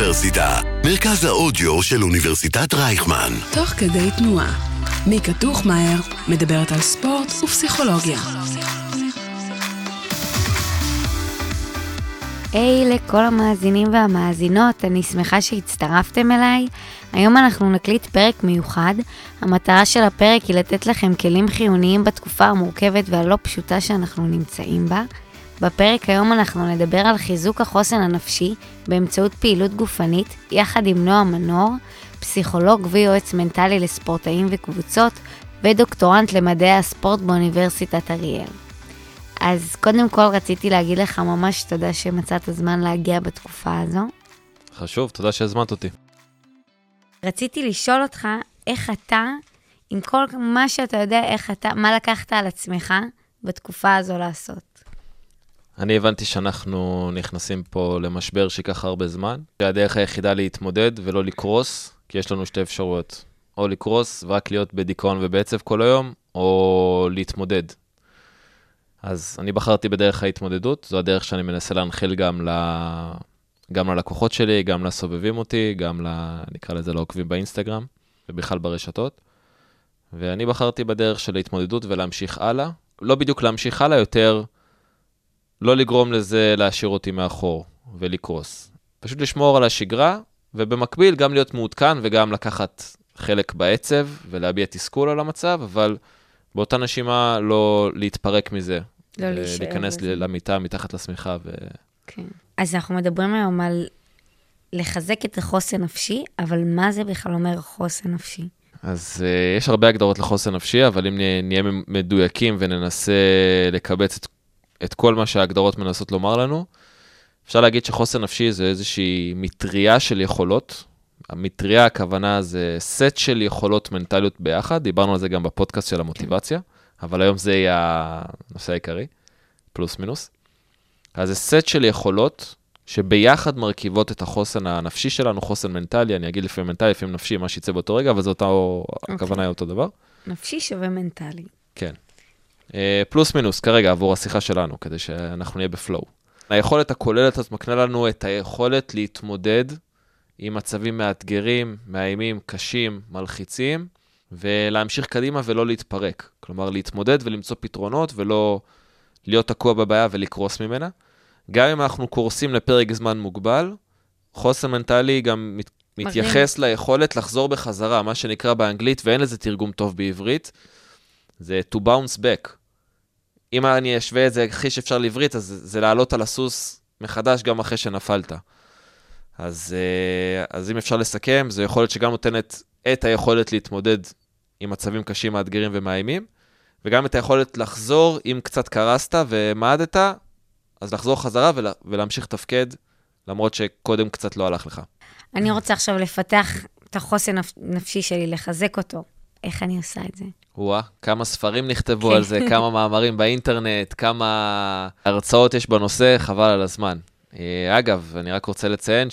האוניברסיטה, מרכז האודיו של אוניברסיטת רייכמן. תוך כדי תנועה, מיקה טוחמאייר מדברת על ספורט ופסיכולוגיה. היי לכל המאזינים והמאזינות, אני שמחה שהצטרפתם אליי. היום אנחנו נקליט פרק מיוחד. המטרה של הפרק היא לתת לכם כלים חיוניים בתקופה המורכבת והלא פשוטה שאנחנו נמצאים בה. בפרק היום אנחנו נדבר על חיזוק החוסן הנפשי באמצעות פעילות גופנית, יחד עם נועה מנור, פסיכולוג ויועץ מנטלי לספורטאים וקבוצות, ודוקטורנט למדעי הספורט באוניברסיטת אריאל. אז קודם כל רציתי להגיד לך ממש תודה שמצאת זמן להגיע בתקופה הזו. חשוב, תודה שהזמנת אותי. רציתי לשאול אותך איך אתה, עם כל מה שאתה יודע, מה לקחת על עצמך בתקופה הזו לעשות? אני הבנתי שאנחנו נכנסים פה למשבר שיקח הרבה זמן, שהדרך היחידה להתמודד ולא לקרוס, כי יש לנו שתי אפשרויות, או לקרוס ורק להיות בדיכאון ובעצב כל היום, או להתמודד. אז אני בחרתי בדרך ההתמודדות, זו הדרך שאני מנסה להנחיל גם ללקוחות שלי, גם לסובבים אותי, גם נקרא לזה לעוקבים באינסטגרם, ובכלל ברשתות. ואני בחרתי בדרך של ההתמודדות ולהמשיך הלאה. לא בדיוק להמשיך הלאה, יותר לא לגרום לזה להשאיר אותי מאחור ולקרוס. פשוט לשמור על השגרה, ובמקביל גם להיות מעודכן וגם לקחת חלק בעצב ולהביע תסכול על המצב, אבל באותה נשימה לא להתפרק מזה. לא להישאר. להיכנס למיטה מתחת לשמיכה. כן. אז אנחנו מדברים היום על לחזק את החוסן נפשי, אבל מה זה בכלל אומר חוסן נפשי? אז יש הרבה הגדרות לחוסן נפשי, אבל אם נהיה מדויקים וננסה לקבץ את כל מה שההגדרות מנסות לומר לנו, אפשר להגיד שחוסן נפשי זה איזושהי מטריה של יכולות. המטריה, הכוונה זה סט של יכולות מנטליות ביחד, דיברנו על זה גם בפודקאסט של המוטיבציה, אבל היום זה יהיה הנושא העיקרי, פלוס מינוס. אז זה סט של יכולות שביחד מרכיבות את החוסן הנפשי שלנו, חוסן מנטלי, אני אגיד לפעמים מנטלי, לפעמים נפשי, מה שיצא באותו רגע, אבל הכוונה היא אותו דבר. נפשי שווה מנטלי. כן. פלוס מינוס, כרגע, עבור השיחה שלנו, כדי שאנחנו נהיה בפלואו. היכולת הכוללת הזאת מקנה לנו את היכולת להתמודד עם מצבים מאתגרים, מאיימים, קשים, מלחיצים, ולהמשיך קדימה ולא להתפרק. כלומר, להתמודד ולמצוא פתרונות, ולא להיות תקוע בבעיה ולקרוס ממנה. גם אם אנחנו קורסים לפרק זמן מוגבל, חוסן מנטלי גם מתייחס ליכולת לחזור בחזרה, מה שנקרא באנגלית, ואין לזה תרגום טוב בעברית, זה to bounce back. אם אני אשווה את זה הכי שאפשר לעברית, אז זה לעלות על הסוס מחדש גם אחרי שנפלת. אז אם אפשר לסכם, זו יכולת שגם נותנת את היכולת להתמודד עם מצבים קשים, מאתגרים ומאיימים, וגם את היכולת לחזור, אם קצת קרסת ומעדת, אז לחזור חזרה ולהמשיך תפקד, למרות שקודם קצת לא הלך לך. אני רוצה עכשיו לפתח את החוסן הנפשי שלי, לחזק אותו. איך אני עושה את זה? כמה ספרים נכתבו על זה, כמה מאמרים באינטרנט, כמה הרצאות יש בנושא, חבל על הזמן. אגב, אני רק רוצה לציין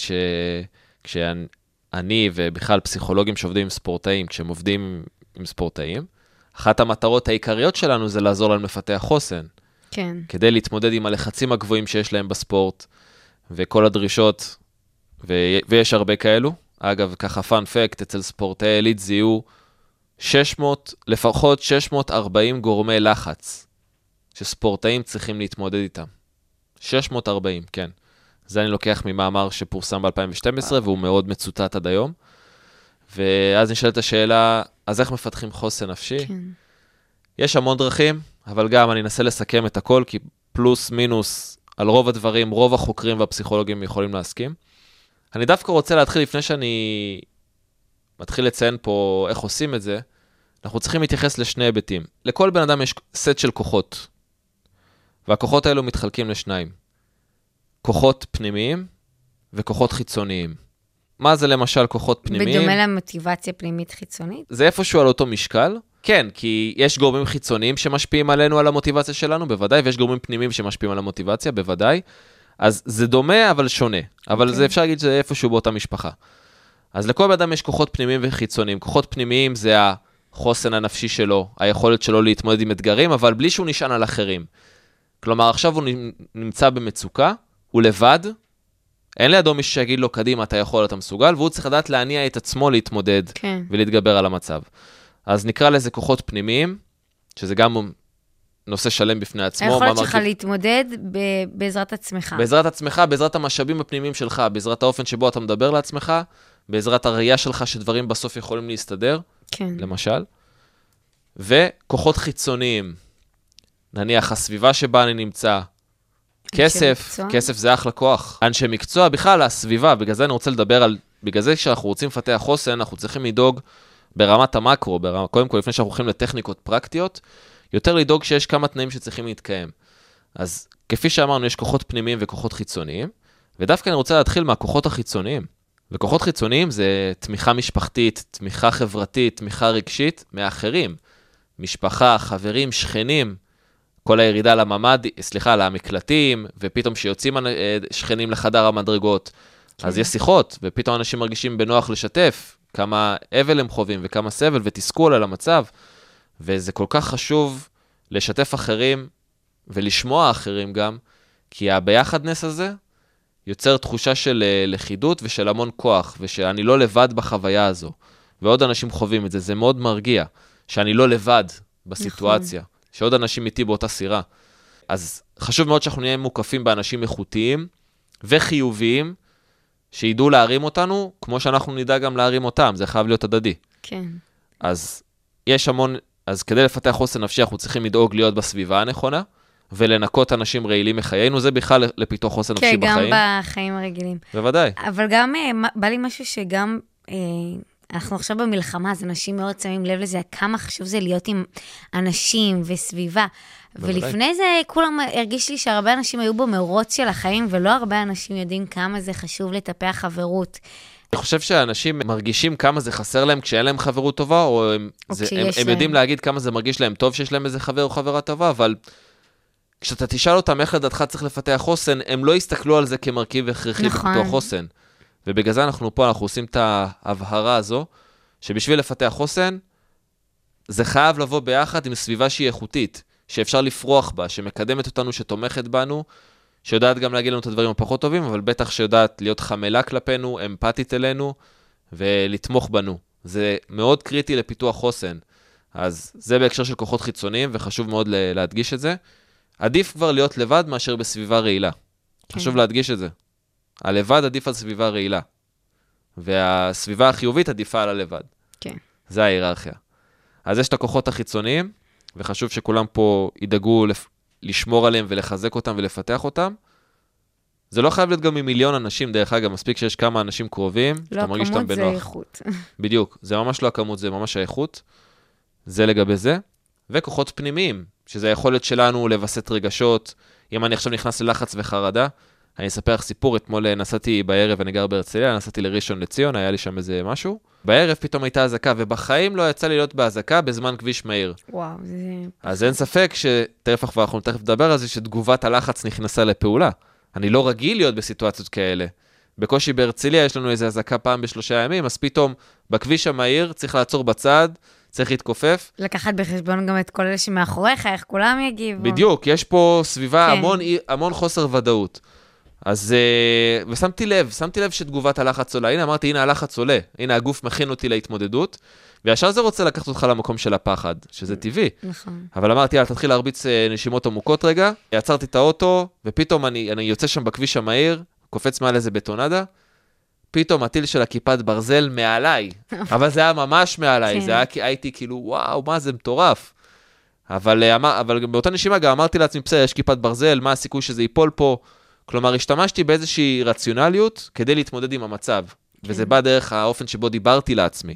כשאני ובכלל פסיכולוגים שעובדים עם ספורטאים, כשהם עובדים עם ספורטאים, אחת המטרות העיקריות שלנו זה לעזור להם לפתח חוסן. כן. כדי להתמודד עם הלחצים הגבוהים שיש להם בספורט, וכל הדרישות, ויש הרבה כאלו. אגב, ככה פאנ פקט, אצל ספורטאי אליט זיהו לפחות 640 גורמי לחץ, שספורטאים צריכים להתמודד איתם. 640, כן. זה אני לוקח ממאמר שפורסם ב-2012, והוא מאוד מצוטט עד היום. ואז נשאלת השאלה, אז איך מפתחים חוסן נפשי? כן. יש המון דרכים, אבל גם אני אנסה לסכם את הכל, כי פלוס מינוס על רוב הדברים, רוב החוקרים והפסיכולוגים יכולים להסכים. אני דווקא רוצה להתחיל, לפני שאני מתחיל לציין פה איך עושים את זה, אנחנו צריכים להתייחס לשני היבטים. לכל בן אדם יש סט של כוחות, והכוחות האלו מתחלקים לשניים. כוחות פנימיים וכוחות חיצוניים. מה זה למשל כוחות פנימיים? בדומה למוטיבציה פנימית חיצונית? זה איפשהו על אותו משקל. כן, כי יש גורמים חיצוניים שמשפיעים עלינו על המוטיבציה שלנו, בוודאי, ויש גורמים פנימיים שמשפיעים על המוטיבציה, בוודאי. אז זה דומה, אבל שונה. אבל זה אפשר להגיד שזה איפשהו באותה משפחה. אז לכל בן אדם יש כוחות פנימיים וחיצוניים. כוחות פנימיים זה החוסן הנפשי שלו, היכולת שלו להתמודד עם אתגרים, אבל בלי שהוא נשען על אחרים. כלומר, עכשיו הוא נמצא במצוקה, הוא לבד, אין לידו מישהו שיגיד לו, קדימה, אתה יכול, אתה מסוגל, והוא צריך לדעת להניע את עצמו להתמודד ולהתגבר על המצב. אז נקרא לזה כוחות פנימיים, שזה גם נושא שלם בפני עצמו. היכולת שלך להתמודד בעזרת עצמך. בעזרת עצמך, בעזרת המשאבים הפנימיים שלך, בעזרת האופן שבו אתה מדבר לעצמך, בעזרת הראייה שלך שדברים בסוף יכולים להסתדר, למשל. וכוחות חיצוניים, נניח הסביבה שבה אני נמצא, כסף זה אחלה כוח. אנשי מקצוע, בכלל הסביבה, בגלל זה אני רוצה לדבר על, בגלל זה כשאנחנו רוצים לפתח חוסן, אנחנו צריכים לדאוג ברמת המקרו, קודם כל לפני שאנחנו הולכים לטכניקות פרקטיות, יותר לדאוג שיש כמה תנאים שצריכים להתקיים. אז כפי שאמרנו, יש כוחות פנימיים וכוחות חיצוניים, ודווקא אני רוצה להתחיל מהכוחות החיצוניים. וכוחות חיצוניים זה תמיכה משפחתית, תמיכה חברתית, תמיכה רגשית מאחרים. משפחה, חברים, שכנים, כל הירידה לממד, למקלטים, ופתאום שיוצאים שכנים לחדר המדרגות, אז יש שיחות, ופתאום אנשים מרגישים בנוח לשתף, כמה אבל הם חווים, וכמה סבל ותסכול על המצב, וזה כל כך חשוב לשתף אחרים, ולשמוע אחרים גם, כי הביחדנס הזה יוצר תחושה של לכידות ושל המון כוח, ושאני לא לבד בחוויה הזו, ועוד אנשים חווים את זה, זה מאוד מרגיע, שאני לא לבד בסיטואציה, שעוד אנשים איתי באותה סירה. אז חשוב מאוד שאנחנו נהיה מוקפים באנשים איכותיים וחיוביים, שידעו להרים אותנו, כמו שאנחנו נדע גם להרים אותם, זה חייב להיות הדדי. כן. אז יש המון, אז כדי לפתח חוסן נפשי, אנחנו צריכים לדאוג להיות בסביבה הנכונה, ולנקות אנשים רעילים מחיינו, זה בכלל לפיתוח חוסן נפשי בחיים. כן, גם בחיים הרגילים. בוודאי. אבל גם, בא לי משהו שגם, אנחנו עכשיו במלחמה, אז אנשים מאוד שמים לב לזה, כמה חשוב זה להיות עם אנשים וסביבה. ולפני זה, כולם הרגיש לי שהרבה אנשים היו במרוץ של החיים, ולא הרבה אנשים יודעים כמה זה חשוב לטפח חברות. אני חושב שאנשים מרגישים כמה זה חסר להם כשאין להם חברות טובה, או הם יודעים להגיד כמה זה מרגיש להם טוב שיש להם איזה חבר או חברה טובה, אבל כשאתה תשאל אותם איך לדעתך צריך לפתח חוסן, הם לא יסתכלו על זה כמרכיב הכרחי בפיתוח חוסן. ובגלל זה אנחנו פה, אנחנו עושים את ההבהרה הזו, שבשביל לפתח חוסן, זה חייב לבוא ביחד עם סביבה שהיא איכותית, שאפשר לפרוח בה, שמקדמת אותנו, שתומכת בנו, שיודעת גם להגיד לנו את הדברים הפחות טובים, אבל בטח שיודעת להיות חמלה כלפינו, אמפתית אלינו, ולתמוך בנו. זה מאוד קריטי לפיתוח חוסן. אז זה בהקשר של כוחות חיצוניים, וחשוב מאוד להדגיש את זה. עדיף כבר להיות לבד מאשר בסביבה רעילה. חשוב להדגיש את זה. הלבד עדיף על סביבה רעילה. והסביבה החיובית עדיפה על הלבד. כן. זה ההיררכיה. אז יש את הכוחות החיצוניים, וחשוב שכולם פה ידאגו לשמור עליהם ולחזק אותם ולפתח אותם. זה לא חייב להיות גם ממיליון אנשים, דרך אגב, מספיק שיש כמה אנשים קרובים, לא הכמות זה איכות. בדיוק, זה ממש לא הכמות, זה ממש האיכות. זה לגבי זה. וכוחות פנימיים, שזה היכולת שלנו לבסט רגשות. אם אני עכשיו נכנס ללחץ וחרדה, אני אספר לך סיפור, אתמול נסעתי בערב, אני גר בהרצליה, נסעתי לראשון לציון, היה לי שם איזה משהו. בערב פתאום הייתה הזקה, ובחיים לא יצא לי להיות בהזקה בזמן כביש מהיר. וואו, זה... אז אין ספק אנחנו תכף נדבר על זה, שתגובת הלחץ נכנסה לפעולה. אני לא רגיל להיות בסיטואציות כאלה. בקושי בהרצליה יש לנו איזה הזקה פעם ב3 ימים, אז פתאום בכביש המהיר צריך לעצור בצד, צריך להתכופף. לקחת בחשבון גם את כל אלה שמאחוריך, איך כולם יגיבו. בדיוק, יש פה סביבה המון חוסר ודאות. אז, ושמתי לב שתגובת הלחץ עולה. הנה אמרתי, הנה הלחץ עולה. הנה הגוף מכין אותי להתמודדות. וישר זה רוצה לקחת אותך למקום של הפחד, שזה טבעי. נכון. אבל אמרתי, יאללה, תתחיל להרביץ נשימות עמוקות רגע. עצרתי את האוטו, ופתאום אני יוצא שם בכביש המהיר, קופץ מעל איזה בטונדה, פתאום הטיל של הכיפת ברזל מעליי. אבל זה היה ממש מעליי. זה היה, הייתי כאילו, וואו, מה זה מטורף. אבל באותה נשימה גם אמרתי לעצמי, בסדר, יש כיפת ברזל, מה הסיכוי שזה ייפול פה? כלומר, השתמשתי באיזושהי רציונליות כדי להתמודד עם המצב. וזה בא דרך האופן שבו דיברתי לעצמי.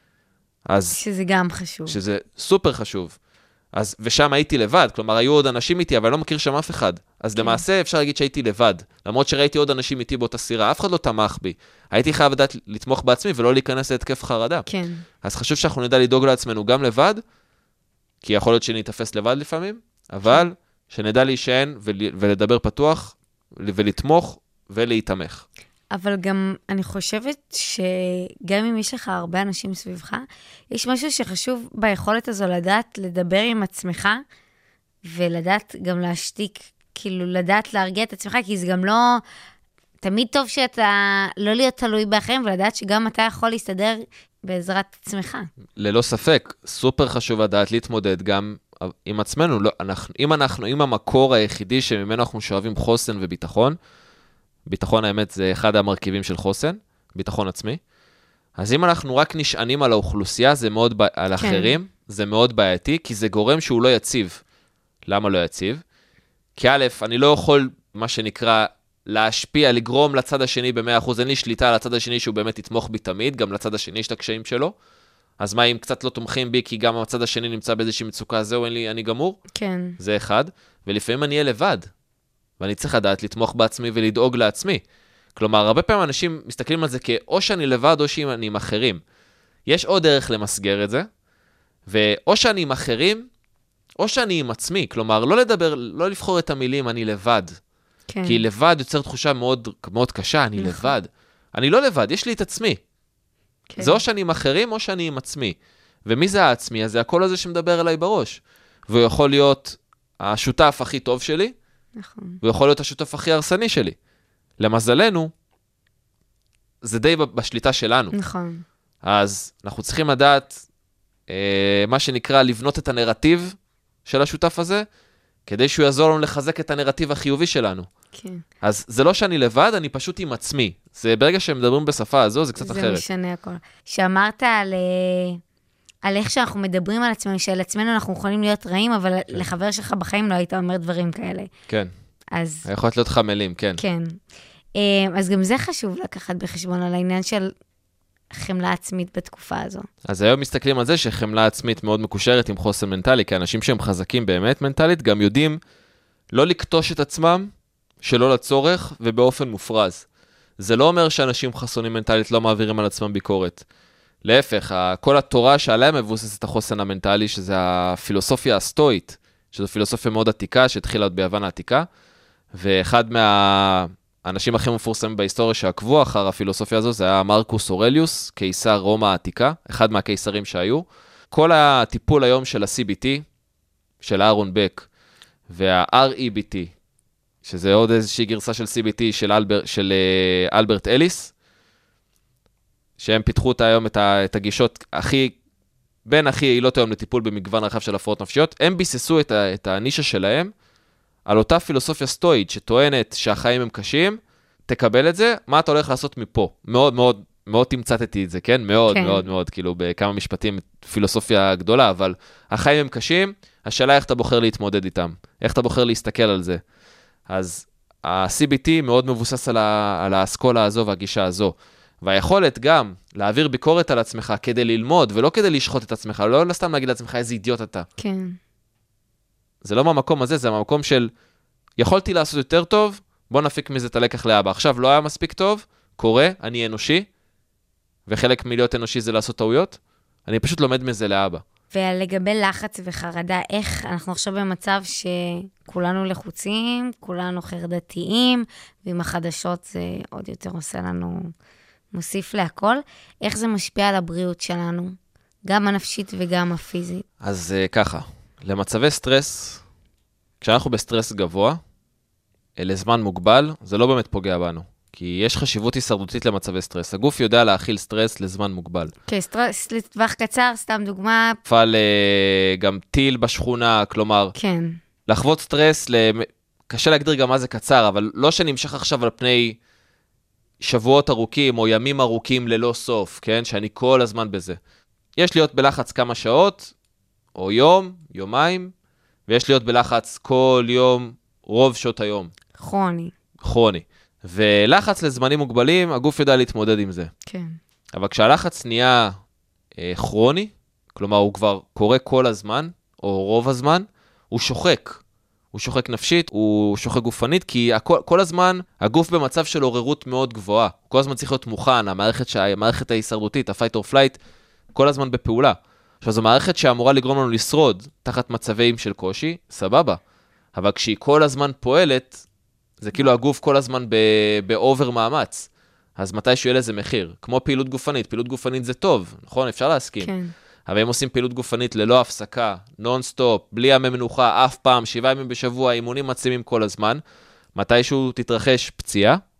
שזה גם חשוב. שזה סופר חשוב. ושם הייתי לבד, כלומר, היו עוד אנשים איתי, אבל אני לא מכיר שם אף אחד. אז למעשה אפשר להגיד שהייתי לבד. למרות שראיתי עוד אנשים איתי באותה סירה, אף אחד לא תמך בי. הייתי חייב לדעת לתמוך בעצמי ולא להיכנס להתקף חרדה. כן. אז חשוב שאנחנו נדע לדאוג לעצמנו גם לבד, כי יכול להיות שנתאפס לבד לפעמים, אבל שנדע להישען ולדבר פתוח, ולתמוך ולהתמך. אבל גם אני חושבת שגם אם יש לך הרבה אנשים סביבך, יש משהו שחשוב ביכולת הזו לדעת לדבר עם עצמך, ולדעת גם להשתיק, כאילו לדעת להרגיע את עצמך, כי זה גם לא, תמיד טוב שאתה לא להיות תלוי באחרים, ולדעת שגם אתה יכול להסתדר בעזרת עצמך. ללא ספק, סופר חשוב לדעת להתמודד גם עם עצמנו. אם המקור היחידי שממנו אנחנו שואבים חוסן וביטחון, ביטחון האמת זה אחד המרכיבים של חוסן, ביטחון עצמי, אז אם אנחנו רק נשענים על האוכלוסייה, על אחרים, זה מאוד בעייתי, כי זה גורם שהוא לא יציב. למה לא יציב? כי א', אני לא יכול, מה שנקרא, להשפיע, לגרום לצד השני ב100%, אין לי שליטה על הצד השני שהוא באמת יתמוך בי תמיד, גם לצד השני יש את הקשיים שלו. אז מה אם קצת לא תומכים בי, כי גם הצד השני נמצא באיזושהי מצוקה, זהו, אני גמור? כן. זה אחד. ולפעמים אני אהיה לבד, ואני צריך לדעת לתמוך בעצמי ולדאוג לעצמי. כלומר, הרבה פעמים אנשים מסתכלים על זה כאו שאני לבד או שאני עם אחרים. יש עוד דרך למסגר את זה, ואו שאני עם אחרים, או שאני עם עצמי. כלומר, לא לבחור את המילים אני לבד. כן. כי לבד יוצר תחושה מאוד, מאוד קשה, אני לבד. אני לא לבד, יש לי את עצמי. כן. זה או שאני עם אחרים או שאני עם עצמי. ומי זה העצמי? אז זה הקול הזה שמדבר אליי בראש. והוא יכול להיות השותף הכי טוב שלי, נכון. והוא יכול להיות השותף הכי הרסני שלי. למזלנו, זה די בשליטה שלנו. נכון. אז אנחנו צריכים לדעת, מה שנקרא, לבנות את הנרטיב של השותף הזה, כדי שהוא יעזור לנו לחזק את הנרטיב החיובי שלנו. כן. אז זה לא שאני לבד, אני פשוט עם עצמי. זה ברגע שהם מדברים בשפה הזו, זה קצת אחרת. זה משנה הכל. שאמרת על איך שאנחנו מדברים על עצמנו, שעל עצמנו אנחנו יכולים להיות רעים, אבל לחבר שלך בחיים לא היית אומר דברים כאלה. כן. אז... יכולת להיות חמלים, כן. כן. אז גם זה חשוב לקחת בחשבון על העניין של חמלה עצמית בתקופה הזו. אז היום מסתכלים על זה שחמלה עצמית מאוד מקושרת עם חוסן מנטלי, כי אנשים שהם חזקים באמת מנטלית, גם יודעים לא לקטוש את עצמם, שלא לצורך ובאופן מופרז. זה לא אומר שאנשים חסונים מנטלית לא מעבירים על עצמם ביקורת. להפך, כל התורה שעליה מבוסס את החוסן המנטלי, שזה הפילוסופיה הסטואית, שזו פילוסופיה מאוד עתיקה, שהתחילה עוד ביוון העתיקה, ואחד האנשים הכי מפורסמים בהיסטוריה שעקבו אחר הפילוסופיה הזו, זה היה מרקוס אורליוס, קיסר רומא העתיקה, אחד מהקיסרים שהיו. כל הטיפול היום של ה-CBT, של אהרון בק, וה-REBT, שזה עוד איזושהי גרסה של CBT של אלברט אליס, שהם פיתחו היום את הגישות בין הכי יעילות היום לטיפול במגוון רחב של הפרעות נפשיות, הם ביססו את הנישה שלהם, על אותה פילוסופיה סטואית שטוענת שהחיים הם קשים, תקבל את זה, מה אתה הולך לעשות מפה? מאוד מאוד מאוד תמצאתי את זה, כן? מאוד מאוד מאוד, כאילו בכמה משפטים פילוסופיה גדולה, אבל החיים הם קשים, השאלה איך אתה בוחר להתמודד איתם, איך אתה בוחר להסתכל על זה. אז ה-CBT מאוד מבוסס על האסכולה הזו והגישה הזו, והיכולת גם להעביר ביקורת על עצמך כדי ללמוד, ולא כדי לשחוט את עצמך, לא סתם להגיד לעצמך איזה אידיוט אתה. כן. זה לא מהמקום הזה, זה מהמקום של יכולתי לעשות יותר טוב, בוא נפיק מזה את הלקח לאבא. עכשיו לא היה מספיק טוב, קורה, אני אנושי, וחלק מלהיות אנושי זה לעשות טעויות, אני פשוט לומד מזה לאבא. ולגבי לחץ וחרדה, איך אנחנו עכשיו במצב שכולנו לחוצים, כולנו חרדתיים, ועם החדשות זה עוד יותר עושה לנו, מוסיף להכל, איך זה משפיע על הבריאות שלנו, גם הנפשית וגם הפיזית? אז ככה, למצבי סטרס, כשאנחנו בסטרס גבוה, לזמן מוגבל, זה לא באמת פוגע בנו. כי יש חשיבות הישרדותית למצבי סטרס. הגוף יודע להכיל סטרס לזמן מוגבל. כן, סטרס לטווח קצר, סתם דוגמה. נפל גם טיל בשכונה, כלומר, כן. לחוות סטרס, קשה להגדיר גם מה זה קצר, אבל לא שנמשך עכשיו על פני שבועות ארוכים או ימים ארוכים ללא סוף, כן? שאני כל הזמן בזה. יש להיות בלחץ כמה שעות, או יום, יומיים, ויש להיות בלחץ כל יום, רוב שעות היום. כרוני. ולחץ לזמנים מוגבלים, הגוף יודע להתמודד עם זה. כן. אבל כשהלחץ נהיה כרוני, כלומר הוא כבר קורה כל הזמן, או רוב הזמן, הוא שוחק. הוא שוחק נפשית, הוא שוחק גופנית, כי כל הזמן הגוף במצב של עוררות מאוד גבוהה. כל הזמן צריך להיות מוכן, המערכת ההישרדותית, ה-fight or flight, כל הזמן בפעולה. עכשיו זו מערכת שאמורה לגרום לנו לשרוד תחת מצבים של קושי, סבבה. אבל כשהיא כל הזמן פועלת, זה כאילו הגוף כל הזמן באובר מאמץ. אז מתי שיהיה לזה מחיר? כמו פעילות גופנית. פעילות גופנית זה טוב, נכון? אפשר להסכים. כן. אבל הם עושים פעילות גופנית ללא הפסקה, נון-סטופ, בלי ימי מנוחה, אף פעם, 7 ימים בשבוע, אימונים מעצימים כל הזמן. מתישהו תתרחש פציעה,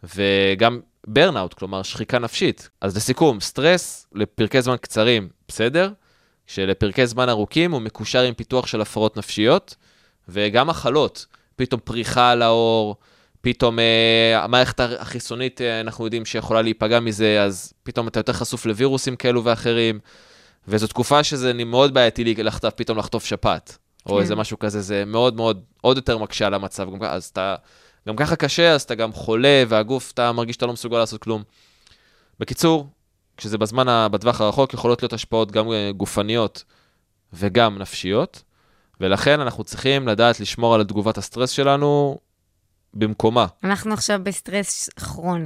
וגם ברנאוט, כלומר שחיקה נפשית. אז לסיכום, סטרס לפרקי זמן קצרים, בסדר, שלפרקי זמן ארוכים הוא מקושר עם פיתוח של הפרעות נפשיות, וגם מחלות, פתאום פריחה על האור, פתאום המערכת החיסונית, אנחנו יודעים שיכולה להיפגע מזה, אז פתאום אתה יותר חשוף לווירוסים כאלו ואחרים, וזו תקופה שזה מאוד בעייתי פתאום לחטוף שפעת, או איזה משהו כזה, זה מאוד מאוד, עוד יותר מקשה על המצב, אז אתה גם ככה קשה, אז אתה גם חולה, והגוף, אתה מרגיש שאתה לא מסוגל לעשות כלום. בקיצור, כשזה בטווח הרחוק, יכולות להיות השפעות גם גופניות וגם נפשיות, ולכן אנחנו צריכים לדעת לשמור על תגובת הסטרס שלנו במקומה. אנחנו עכשיו בסטרס כרוני.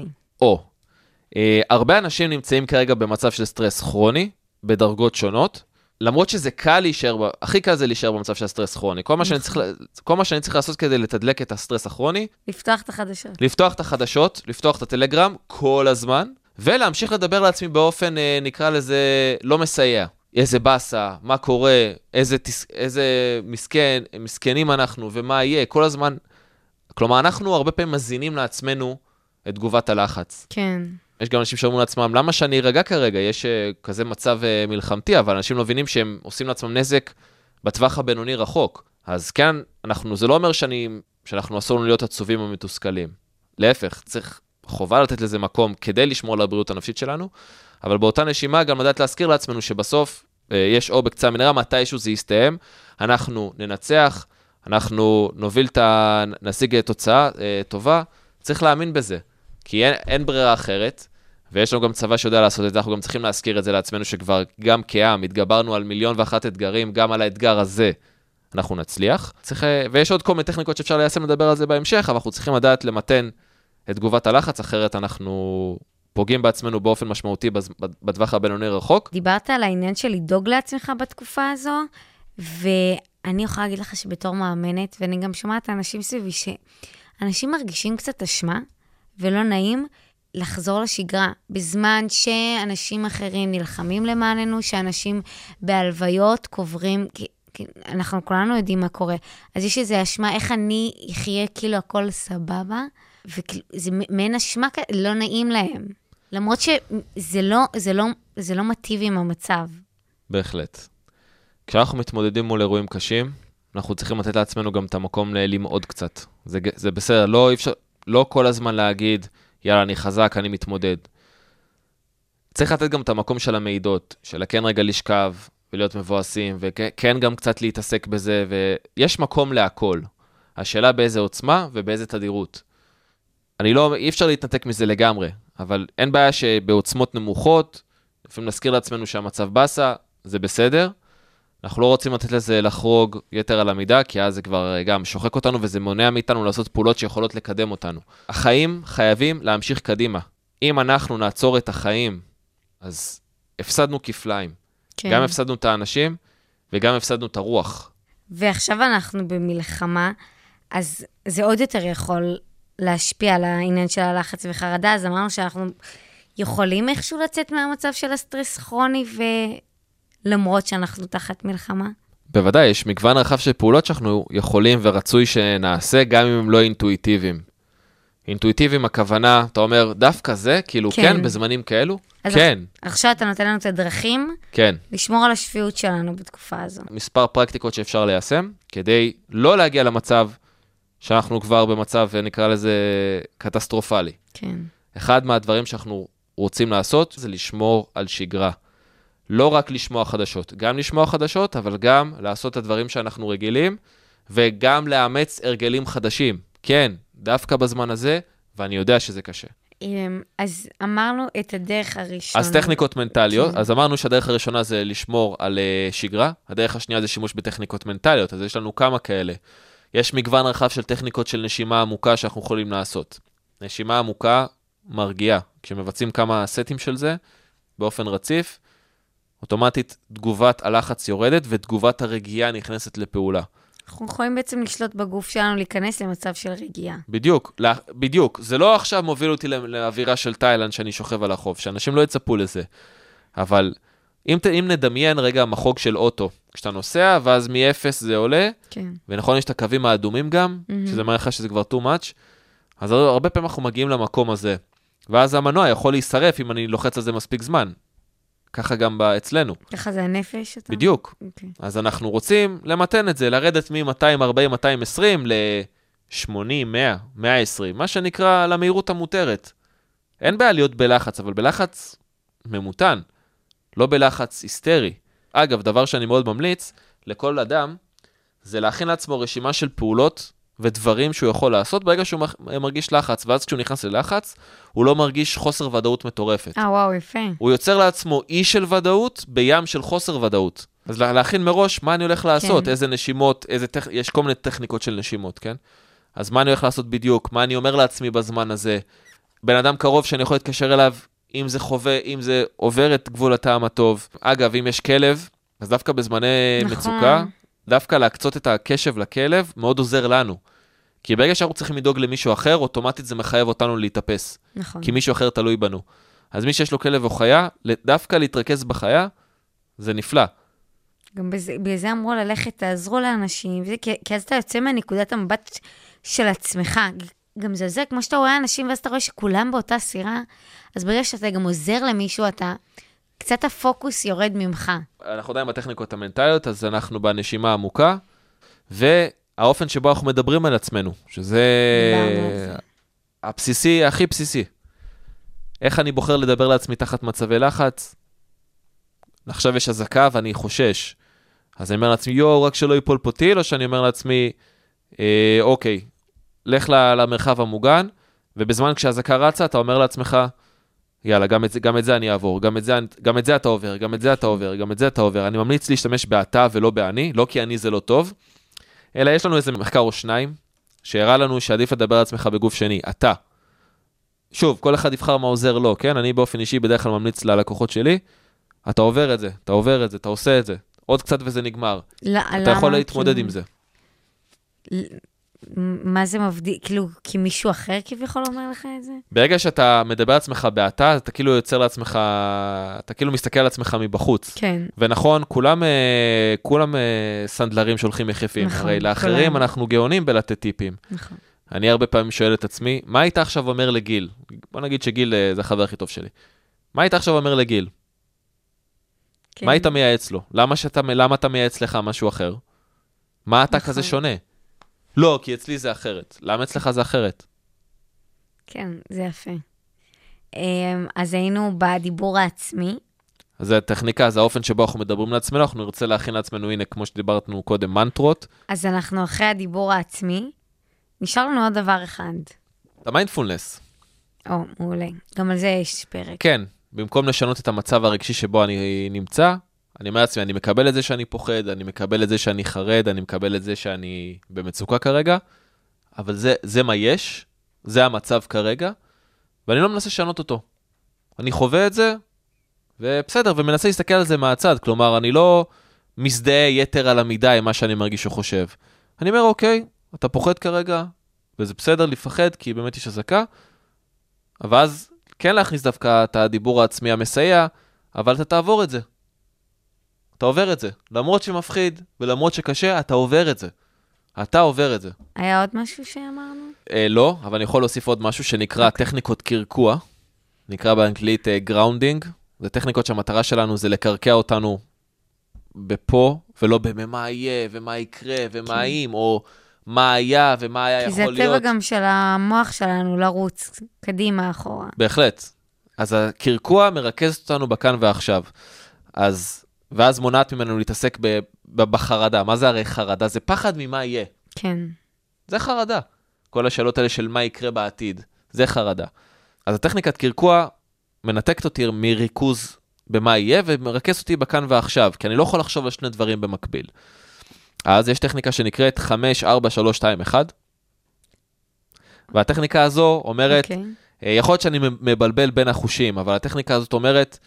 הרבה אנשים נמצאים כרגע במצב של סטרס כרוני, בדרגות שונות, למרות שזה קל להישאר, הכי קל זה להישאר במצב של סטרס כרוני. כל מה שאני צריך לעשות כדי לתדלק את הסטרס הכרוני, לפתוח את החדשות. לפתוח את הטלגרם כל הזמן, ולהמשיך לדבר לעצמי באופן, נקרא לזה, לא מסייע. איזה בסה, מה קורה, איזה מסכנים אנחנו, ומה יהיה, כל הזמן. כלומר, אנחנו הרבה פעמים מזינים לעצמנו את תגובת הלחץ. כן. יש גם אנשים שאומרים לעצמם, למה שאני ארגע כרגע? יש כזה מצב מלחמתי, אבל אנשים לא מבינים שהם עושים לעצמם נזק בטווח הבינוני רחוק. אז כן, זה לא אומר שאנחנו אסור לנו להיות עצובים או מתוסכלים. להפך, צריך חובה לתת לזה מקום כדי לשמור על הבריאות הנפשית שלנו, אבל באותה נשימה גם לדעת להזכיר לעצמנו שבסוף יש או בקצה המנהרה, מתישהו זה יסתיים, אנחנו ננצח, אנחנו נשיג תוצאה טובה, צריך להאמין בזה, כי אין ברירה אחרת, ויש לנו גם צבא שיודע לעשות את זה, אנחנו גם צריכים להזכיר את זה לעצמנו, שכבר גם כעם התגברנו על 1,001,000 אתגרים, גם על האתגר הזה אנחנו נצליח. ויש עוד כל מיני טכניקות שאפשר ליישם לדבר על זה בהמשך, אבל אנחנו צריכים לדעת למתן את תגובת הלחץ, אחרת אנחנו פוגעים בעצמנו באופן משמעותי בטווח הבינוני רחוק. דיברת על העניין של לדאוג לעצמך בתקופה הזו, ואני יכולה להגיד לך שבתור מאמנת, ואני גם שומעת אנשים סביבי, שאנשים מרגישים קצת אשמה, ולא נעים לחזור לשגרה, בזמן שאנשים אחרים נלחמים למעננו, שאנשים בהלוויות קוברים, כי אנחנו כולנו יודעים מה קורה. אז יש איזו אשמה, איך אני אחיה כאילו הכל סבבה, וזה מעין אשמה, לא נעים להם. למרות שזה לא מטיב עם המצב. בהחלט. כשאנחנו מתמודדים מול אירועים קשים, אנחנו צריכים לתת לעצמנו גם את המקום ללמוד קצת. זה בסדר, לא כל הזמן להגיד, יאללה, אני חזק, אני מתמודד. צריך לתת גם את המקום של המידות, של כן רגע לשכב ולהיות מבואסים, וכן גם קצת להתעסק בזה, ויש מקום להכל. השאלה באיזה עוצמה ובאיזה תדירות. אי אפשר להתנתק מזה לגמרי, אבל אין בעיה שבעוצמות נמוכות, לפעמים נזכיר לעצמנו שהמצב בסה, זה בסדר. אנחנו לא רוצים לתת לזה לחרוג יתר על המידה, כי אז זה כבר גם שוחק אותנו, וזה מונע מאיתנו לעשות פעולות שיכולות לקדם אותנו. החיים חייבים להמשיך קדימה. אם אנחנו נעצור את החיים, אז הפסדנו כפליים. כן. גם הפסדנו את האנשים, וגם הפסדנו את הרוח. ועכשיו אנחנו במלחמה, אז זה עוד יותר יכול להשפיע על העניין של הלחץ וחרדה, אז אמרנו שאנחנו יכולים איכשהו לצאת מהמצב של הסטרס כרוני, למרות שאנחנו תחת מלחמה? בוודאי, יש מגוון רחב של פעולות שאנחנו יכולים ורצוי שנעשה, גם אם הם לא אינטואיטיביים. אינטואיטיביים הכוונה, אתה אומר, דווקא זה, כאילו כן בזמנים כאלו? כן. עכשיו אתה נותן לנו את הדרכים, כן. לשמור על השפיות שלנו בתקופה הזו. מספר פרקטיקות שאפשר ליישם, כדי לא להגיע למצב שאנחנו כבר במצב, נקרא לזה, קטסטרופלי. כן. אחד מהדברים שאנחנו רוצים לעשות, זה לשמור על שגרה. לא רק לשמוע חדשות, גם לשמוע חדשות, אבל גם לעשות את הדברים שאנחנו רגילים, וגם לאמץ הרגלים חדשים. כן, דווקא בזמן הזה, ואני יודע שזה קשה. אז אמרנו את הדרך הראשונה. אז טכניקות מנטליות, אז אמרנו שהדרך הראשונה זה לשמור על שגרה, הדרך השנייה זה שימוש בטכניקות מנטליות, אז יש לנו כמה כאלה. יש מגוון רחב של טכניקות של נשימה עמוקה שאנחנו יכולים לעשות. נשימה עמוקה מרגיעה, כשמבצעים כמה סטים של זה, באופן רציף, אוטומטית תגובת הלחץ יורדת, ותגובת הרגיעה נכנסת לפעולה. אנחנו יכולים בעצם לשלוט בגוף שלנו, להיכנס למצב של רגיעה. בדיוק. זה לא עכשיו מוביל אותי לאווירה של תאילנד שאני שוכב על החוף, שאנשים לא יצפו לזה. אבל אם נדמיין רגע מחוג של אוטו, כשאתה נוסע, ואז מ-0 זה עולה, כן. ונכון יש את הקווים האדומים גם, שזה מראה לך שזה כבר too much, אז הרבה פעמים אנחנו מגיעים למקום הזה, ואז המנוע יכול להישרף אם אני לוחץ על זה מספיק זמן. ככה גם אצלנו. ככה זה הנפש? בדיוק. Okay. אז אנחנו רוצים למתן את זה, לרדת מ-240, 220 ל-80, 100, 120, מה שנקרא למהירות המותרת. אין בעיה להיות בלחץ, אבל בלחץ ממותן, לא בלחץ היסטרי. אגב, דבר שאני מאוד ממליץ לכל אדם, זה להכין לעצמו רשימה של פעולות ודברים שהוא יכול לעשות ברגע שהוא מרגיש לחץ, ואז כשהוא נכנס ללחץ, הוא לא מרגיש חוסר ודאות מטורפת. וואו, יפה. הוא יוצר לעצמו אי של ודאות בים של חוסר ודאות. אז להכין מראש מה אני הולך לעשות, כן. איזה נשימות, יש כל מיני טכניקות של נשימות, כן? אז מה אני הולך לעשות בדיוק, מה אני אומר לעצמי בזמן הזה, בן אדם קרוב שאני יכול להתקשר אליו, אם זה חווה, אם זה עובר את גבול הטעם הטוב. אגב, אם יש כלב, אז דווקא בזמני מצוקה, דווקא להקצות את הקשב לכלב, מאוד עוזר לנו. כי ברגע שאנחנו צריכים לדאוג למישהו אחר, אוטומטית זה מחייב אותנו להתאפס. נכון. כי מישהו אחר תלוי בנו. אז מי שיש לו כלב או חיה, דווקא להתרכז בחיה, זה נפלא. גם בזה אמרו ללכת, תעזרו לאנשים, כי אז אתה יוצא מהנקודת המבט של עצמך. גם זה, כמו שאתה רואה אנשים, ואז אתה רואה שכולם באותה סירה, אז ברגע שאתה גם עוזר למישהו, קצת הפוקוס יורד ממך. אנחנו עדיין בטכניקות המנטליות, אז אנחנו בנשימה עמוקה, והאופן שבו אנחנו מדברים על עצמנו, שזה הבסיסי, הכי בסיסי. איך אני בוחר לדבר לעצמי תחת מצבי לחץ? עכשיו יש הזקה ואני חושש. אז אני אומר לעצמי, רק שלא ייפול פה טיל, או שאני אומר לעצמי, אוקיי, לך למרחב המוגן, ובזמן כשהזקה רצה, אתה אומר לעצמך, יאללה, גם את זה אני אעבור, גם את זה אתה עובר, גם את זה אתה עובר, גם את זה אתה עובר. אני ממליץ להשתמש באתה ולא באני, לא כי אני זה לא טוב, אלא יש לנו איזה מחקר או שניים, שהראה לנו שעדיף לדבר על עצמך בגוף שני, אתה. שוב, כל אחד יבחר מה עוזר לו, כן? אני באופן אישי בדרך כלל ממליץ ללקוחות שלי, אתה עובר את זה, אתה עובר את זה, אתה עושה את זה. עוד קצת וזה נגמר. אתה יכול להתמודד עם זה. מה זה מבדיל? כאילו, כי מישהו אחר כביכול אומר לך את זה? ברגע שאתה מדבר על עצמך באתה, אתה כאילו יוצר לעצמך, אתה כאילו מסתכל על עצמך מבחוץ. כן. ונכון, כולם סנדלרים שהולכים יחפים. נכון. הרי לאחרים אנחנו גאונים בלתת טיפים. נכון. אני הרבה פעמים שואל את עצמי, מה היית עכשיו אומר לגיל? בוא נגיד שגיל זה החבר הכי טוב שלי. מה היית עכשיו אומר לגיל? כן. מה היית מייעץ לו? למה אתה מייעץ לך משהו אחר? מה אתה כזה שונה? לא, כי אצלי זה אחרת. למה אצלך זה אחרת? כן, זה יפה. אז היינו בדיבור העצמי. אז הטכניקה, זה האופן שבו אנחנו מדברים לעצמנו, אנחנו נרצה להכין לעצמנו, הנה, כמו שדיברנו קודם, מנטרות. אז אנחנו אחרי הדיבור העצמי, נשאר לנו עוד דבר אחד. המיינדפולנס. מעולה. גם על זה יש פרק. כן, במקום לשנות את המצב הרגשי שבו אני נמצא, אני אומר לעצמי, אני מקבל את זה שאני פוחד, אני מקבל את זה שאני חרד, אני מקבל את זה שאני במצוקה כרגע, אבל זה מה יש, זה המצב כרגע, ואני לא מנסה לשנות אותו. אני חווה את זה, ובסדר, ומנסה להסתכל על זה מהצד, כלומר, אני לא מזדהה יתר על המידה עם מה שאני מרגיש או חושב. אני אומר, אוקיי, אתה פוחד כרגע, וזה בסדר לפחד, כי באמת יש הזקה, אבל אז כן להכניס דווקא את הדיבור העצמי המסייע, אבל אתה תעבור את זה. אתה עובר את זה. למרות שמפחיד, ולמרות שקשה, אתה עובר את זה. אתה עובר את זה. היה עוד משהו שאמרנו? לא, אבל אני יכול להוסיף עוד משהו שנקרא טכניקות קרקוע. נקרא באנגלית גראונדינג. זה טכניקות שהמטרה שלנו זה לקרקע אותנו בפה, ולא במה יהיה, ומה יקרה, ומה אם, או מה היה, ומה היה יכול להיות. כי זה טבע גם של המוח שלנו לרוץ קדימה, אחורה. בהחלט. אז הקרקוע מרכזת אותנו בכאן ועכשיו. ואז מונעת ממנו להתעסק בחרדה. מה זה הרי חרדה? זה פחד ממה יהיה. כן. זה חרדה. כל השאלות האלה של מה יקרה בעתיד, זה חרדה. אז הטכניקת קרקוע מנתקת אותי מריכוז במה יהיה, ומרכז אותי בכאן ועכשיו, כי אני לא יכול לחשוב על שני דברים במקביל. אז יש טכניקה שנקראת 5, 4, 3, 2, 1. והטכניקה הזו אומרת, יכול להיות שאני מבלבל בין החושים, אבל הטכניקה הזאת אומרת,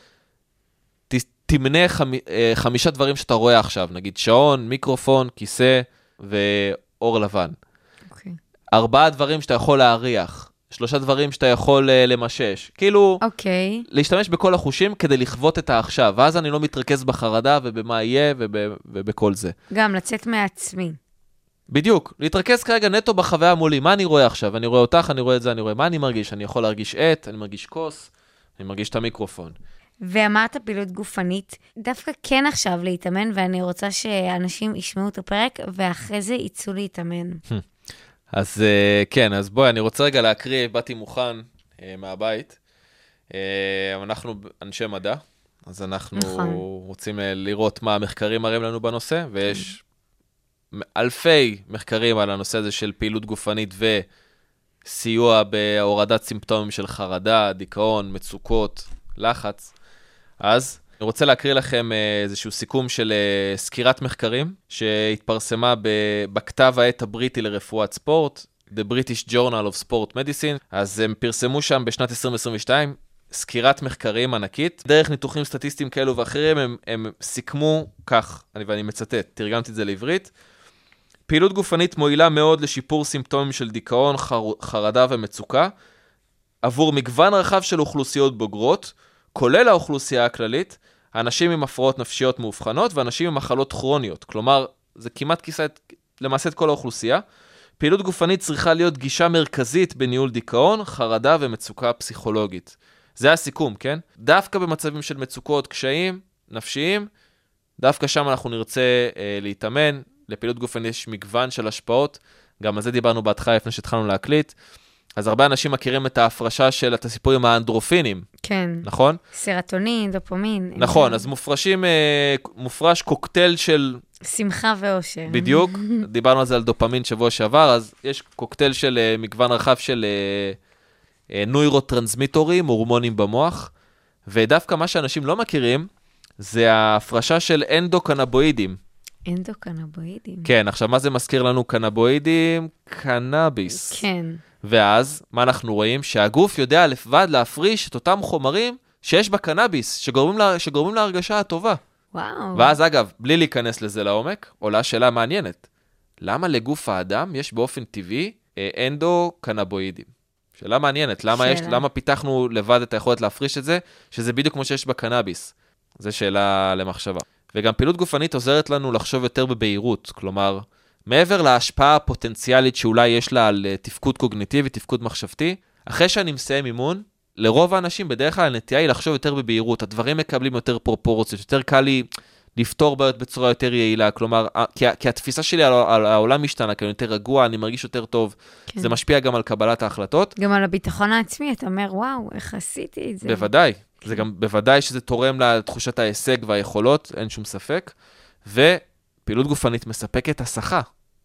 תמנה 5 דברים שאתה רואה עכשיו, נגיד שעון, מיקרופון, כיסא ואור לבן. 4 דברים שאתה יכול להריח, 3 דברים שאתה יכול למשש. כאילו, להשתמש בכל החושים כדי לחוות את העכשיו, ואז אני לא מתרכז בחרדה ובמה יהיה ובכל זה. גם לצאת מעצמי. בדיוק, להתרכז כרגע נטו בחוויה מולי, מה אני רואה עכשיו? אני רואה אותך, אני רואה את זה, אני רואה מה אני מרגיש, אני יכול להרגיש אני מרגיש כוס, אני מרגיש את המיקרופון. ואמרת פעילות גופנית, דווקא כן עכשיו להתאמן, ואני רוצה שאנשים ישמעו את הפרק, ואחרי זה יצאו להתאמן. אז כן, אז בואי, אני רוצה רגע להקריא, באתי מוכן מהבית. אנחנו אנשי מדע, אז אנחנו רוצים לראות מה המחקרים מראים לנו בנושא, ויש אלפי מחקרים על הנושא הזה של פעילות גופנית וסיוע בהורדת סימפטומים של חרדה, דיכאון, מצוקות, לחץ. אז אני רוצה להקריא לכם איזשהו סיכום של סקירת מחקרים שהתפרסמה בכתב העת הבריטי לרפואת ספורט, The British Journal of Sport Medicine. אז הם פרסמו שם בשנת 2022 סקירת מחקרים ענקית. דרך ניתוחים סטטיסטיים כאלו ואחרים הם סיכמו כך, ואני מצטט, תרגמתי את זה לעברית, פעילות גופנית מועילה מאוד לשיפור סימפטומים של דיכאון, חרדה ומצוקה, עבור מגוון רחב של אוכלוסיות בוגרות, כולל האוכלוסייה הכללית, אנשים עם הפרעות נפשיות מאובחנות, ואנשים עם מחלות כרוניות. כלומר, זה כמעט כיסה למעשה את כל האוכלוסייה. פעילות גופנית צריכה להיות גישה מרכזית בניהול דיכאון, חרדה ומצוקה פסיכולוגית. זה הסיכום, כן? דווקא במצבים של מצוקות, קשיים, נפשיים, דווקא שם אנחנו נרצה להתאמן. לפעילות גופנית יש מגוון של השפעות, גם על זה דיברנו בהתחלה לפני שהתחלנו להקליט. אז הרבה אנשים מכירים את ההפרשה של הסיפורים האנדרופינים. כן. נכון? סרטונין, דופמין. נכון, אז מופרש קוקטייל של... שמחה ואושר. בדיוק, דיברנו על זה על דופמין שבוע שעבר, אז יש קוקטייל של מגוון רחב של נוירוטרנסמיטורים, הורמונים במוח, ודווקא מה שאנשים לא מכירים, זה ההפרשה של אנדוקנבואידים. אנדוקנבואידים. כן, עכשיו מה זה מזכיר לנו קנבואידים? קנאביס. כן. ואז, מה אנחנו רואים? שהגוף יודע לבד להפריש את אותם חומרים שיש בקנאביס, שגורמים להרגשה הטובה. וואו. ואז אגב, בלי להיכנס לזה לעומק, עולה שאלה מעניינת. למה לגוף האדם יש באופן טבעי אנדוקנבואידים? שאלה מעניינת. למה פיתחנו לבד את היכולת להפריש את זה, שזה בדיוק כמו שיש בקנאביס? זו שאלה למחשבה. וגם פעילות גופנית עוזרת לנו לחשוב יותר בבהירות, כלומר, מעבר להשפעה הפוטנציאלית שאולי יש לה על תפקוד קוגניטיבי, תפקוד מחשבתי, אחרי שאני מסיים אימון, לרוב האנשים בדרך כלל הנטייה היא לחשוב יותר בבהירות, הדברים מקבלים יותר פרופורציות, יותר קל לי לפתור בעיות בצורה יותר יעילה, כלומר, כי התפיסה שלי על העולם משתנה, כי אני יותר רגוע, אני מרגיש יותר טוב, כן. זה משפיע גם על קבלת ההחלטות. גם על הביטחון העצמי, אתה אומר, וואו, איך עשיתי את זה? בוודאי, זה גם בוודאי שזה תורם לתחושת ההישג והיכולות, אין שום ספק, ופעילות גופנית מספקת הסחה.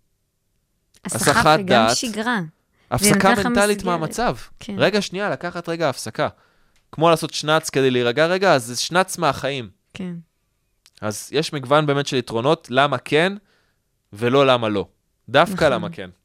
הסחה וגם שגרה. הפסקה מנטלית מהמצב. כן. רגע שנייה, לקחת רגע הפסקה. כמו לעשות שנץ כדי להירגע רגע, אז זה שנץ מהחיים. כן. אז יש מגוון באמת של יתרונות, למה כן ולא למה לא. דווקא נכון. למה כן.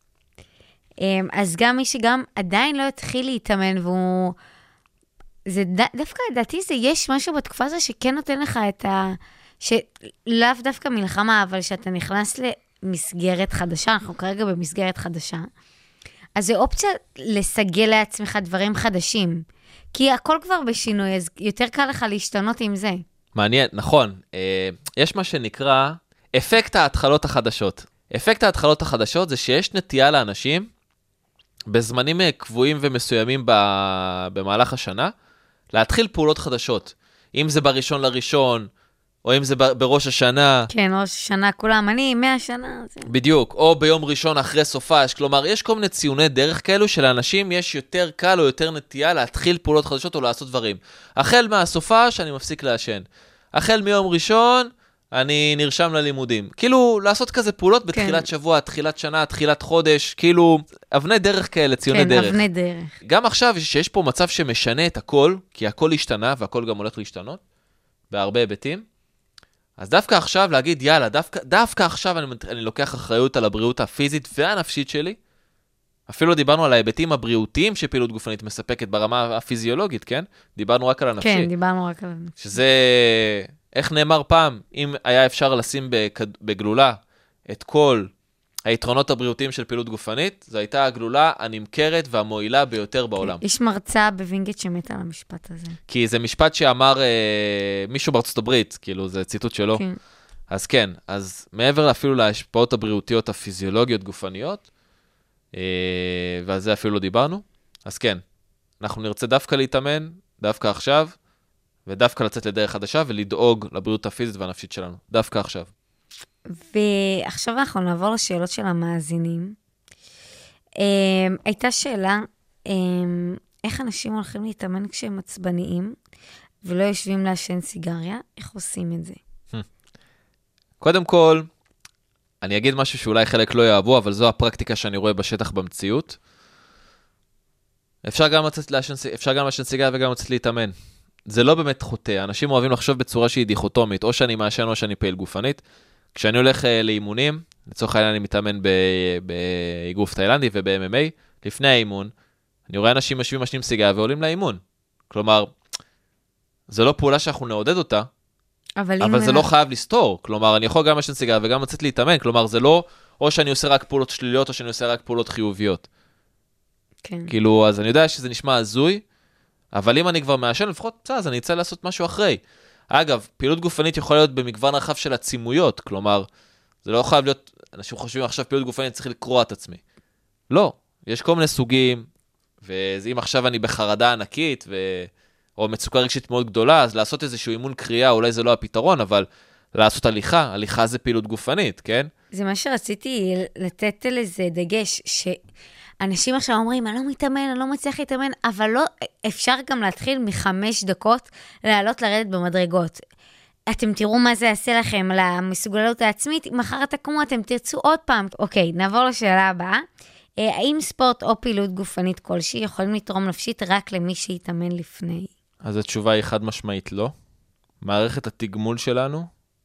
אז גם מי שגם עדיין לא התחיל להתאמן, והוא... זה דווקא לדעתי זה יש משהו בתקופה הזו שכן נותן לך את ה... שלאו דווקא מלחמה, אבל שאתה נכנס למסגרת חדשה, אנחנו כרגע במסגרת חדשה, אז זה אופציה לסגל לעצמך דברים חדשים. כי הכל כבר בשינוי, אז יותר קל לך להשתנות עם זה. מעניין, נכון. יש מה שנקרא אפקט ההתחלות החדשות. אפקט ההתחלות החדשות זה שיש נטייה לאנשים, בזמנים קבועים ומסוימים במהלך השנה, להתחיל פעולות חדשות. אם זה בראשון לראשון, או אם זה בראש השנה. כן, ראש השנה, כולם, אני 100 שנה. בדיוק, או ביום ראשון אחרי סופש. כלומר, יש כל מיני ציוני דרך כאלו שלאנשים יש יותר קל או יותר נטייה להתחיל פעולות חדשות או לעשות דברים. החל מהסופש, אני מפסיק לעשן. החל מיום ראשון, אני נרשם ללימודים. כאילו, לעשות כזה פעולות בתחילת שבוע, תחילת שנה, תחילת חודש, כאילו, אבני דרך כאלה, ציוני דרך. כן, אבני דרך. גם עכשיו שיש פה מצב שמשנה את הכל, כי הכל השתנה, והכל גם הולך להשתנות, בהרבה היבטים. אז דווקא עכשיו להגיד, יאללה, דווקא עכשיו אני לוקח אחריות על הבריאות הפיזית והנפשית שלי. אפילו דיברנו על ההיבטים הבריאותיים שפעילות גופנית מספקת ברמה הפיזיולוגית, כן? דיברנו רק על הנפשי. כן, דיברנו רק על הנפשי. שזה, איך נאמר פעם, אם היה אפשר לשים בגלולה את כל היתרונות הבריאותיים של פעילות גופנית, זו הייתה הגלולה הנמכרת והמועילה ביותר בעולם. יש מרצה בווינגייט שמתה על המשפט הזה. כי זה משפט שאמר מישהו בארצות הברית, כאילו זה ציטוט שלו. כן. אז כן, אז מעבר אפילו להשפעות הבריאותיות הפיזיולוגיות גופניות, ועל זה אפילו לא דיברנו, אז כן, אנחנו נרצה דווקא להתאמן, דווקא עכשיו, ודווקא לצאת לדרך חדשה, ולדאוג לבריאות הפיזית והנפשית שלנו, דווקא עכשיו. ועכשיו אנחנו נעבור לשאלות של המאזינים. הייתה שאלה, איך אנשים הולכים להתאמן כשהם עצבניים, ולא יושבים לעשן סיגריה? איך עושים את זה? קודם כל, אני אגיד משהו שאולי חלק לא יאהבו, אבל זו הפרקטיקה שאני רואה בשטח במציאות. אפשר גם לעשן סיגריה וגם לצאת להתאמן. זה לא באמת חוטא. אנשים אוהבים לחשוב בצורה שהיא דיכוטומית, או שאני מעשן או שאני פעיל גופנית. כשאני הולך לאימונים, לצורך העניין אני מתאמן באגרוף תאילנדי וב-MMA, לפני האימון, אני רואה אנשים משווים משנים סיגריה ועולים לאימון. כלומר, זה לא פעולה שאנחנו נעודד אותה, אבל זה לא חייב לסתור. כלומר, אני יכול גם לשן סיגריה וגם לצאת להתאמן. כלומר, זה לא או שאני עושה רק פעולות שליליות, או שאני עושה רק פעולות חיוביות. כן. כאילו, אז אני יודע שזה נשמע הזוי, אבל אם אני כבר מעשן, לפחות, בסדר, אז אני אצא לעשות משהו אחרי. אגב, פעילות גופנית יכולה להיות במגוון רחב של עצימויות. כלומר, זה לא חייב להיות, אנשים חושבים עכשיו פעילות גופנית צריך לקרוא את עצמי. לא, יש כל מיני סוגים, ואם עכשיו אני בחרדה ענקית, או מצוקה רגשית מאוד גדולה, אז לעשות איזשהו אימון קריאה, אולי זה לא הפתרון, אבל לעשות הליכה זה פעילות גופנית, כן? זה מה שרציתי לתת לזה דגש, שאנשים עכשיו אומרים, אני לא מתאמן, אני לא מצליח להתאמן, אבל לא, אפשר גם להתחיל מ5 דקות, לעלות לרדת במדרגות. אתם תראו מה זה יעשה לכם למסוגלות העצמית, מחר תקומו, אתם תרצו עוד פעם. אוקיי, נעבור לשאלה הבאה. האם ספורט או פעילות גופנית כלשהי יכולים לתרום נפשית רק למי שיתאמן לפני? אז התשובה היא חד משמעית לא. מערכת התגמול שלנו,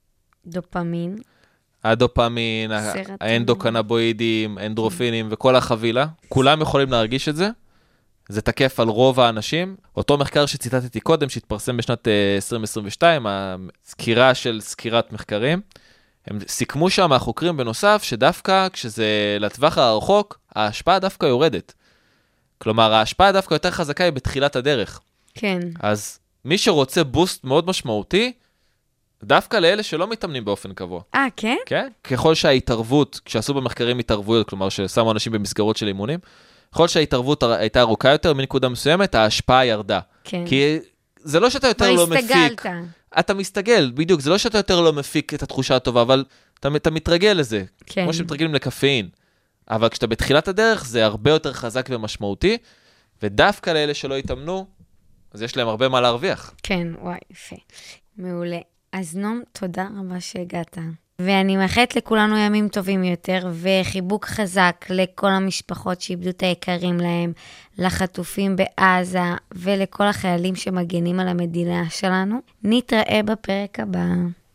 דופמין. הדופמין, האנדוקנבואידים, אנדרופינים וכל החבילה, כולם יכולים להרגיש את זה. זה תקף על רוב האנשים. אותו מחקר שציטטתי קודם, שהתפרסם בשנת 2022, הסקירה של סקירת מחקרים, הם סיכמו שם החוקרים בנוסף, שדווקא כשזה לטווח הרחוק, ההשפעה דווקא יורדת. כלומר, ההשפעה דווקא יותר חזקה היא בתחילת הדרך. כן. אז מי שרוצה בוסט מאוד משמעותי, דווקא לאלה שלא מתאמנים באופן קבוע. כן? כן? ככל שההתערבות, כשעשו במחקרים התערבויות, כלומר ששמו אנשים במסגרות של אימונים, ככל שההתערבות הייתה ארוכה יותר, מנקודה מסוימת, ההשפעה ירדה. כן. כי זה לא שאתה יותר לא מפיק. הסתגלת. אתה מסתגל, בדיוק, זה לא שאתה יותר לא מפיק את התחושה הטובה, אבל אתה מתרגל לזה. כן. כמו שמתרגלים לקפאין. אבל כשאתה בתחילת הדרך, זה הרבה יותר חזק ומשמעותי, ודווקא לאלה שלא התאמנו, אז יש להם הרבה מה להרוויח. כן, וואי, יפה. מעולה. אז נום, תודה רבה שהגעת. ואני מאחלת לכולנו ימים טובים יותר, וחיבוק חזק לכל המשפחות שאיבדו את היקרים להם, לחטופים בעזה, ולכל החיילים שמגנים על המדינה שלנו. נתראה בפרק הבא.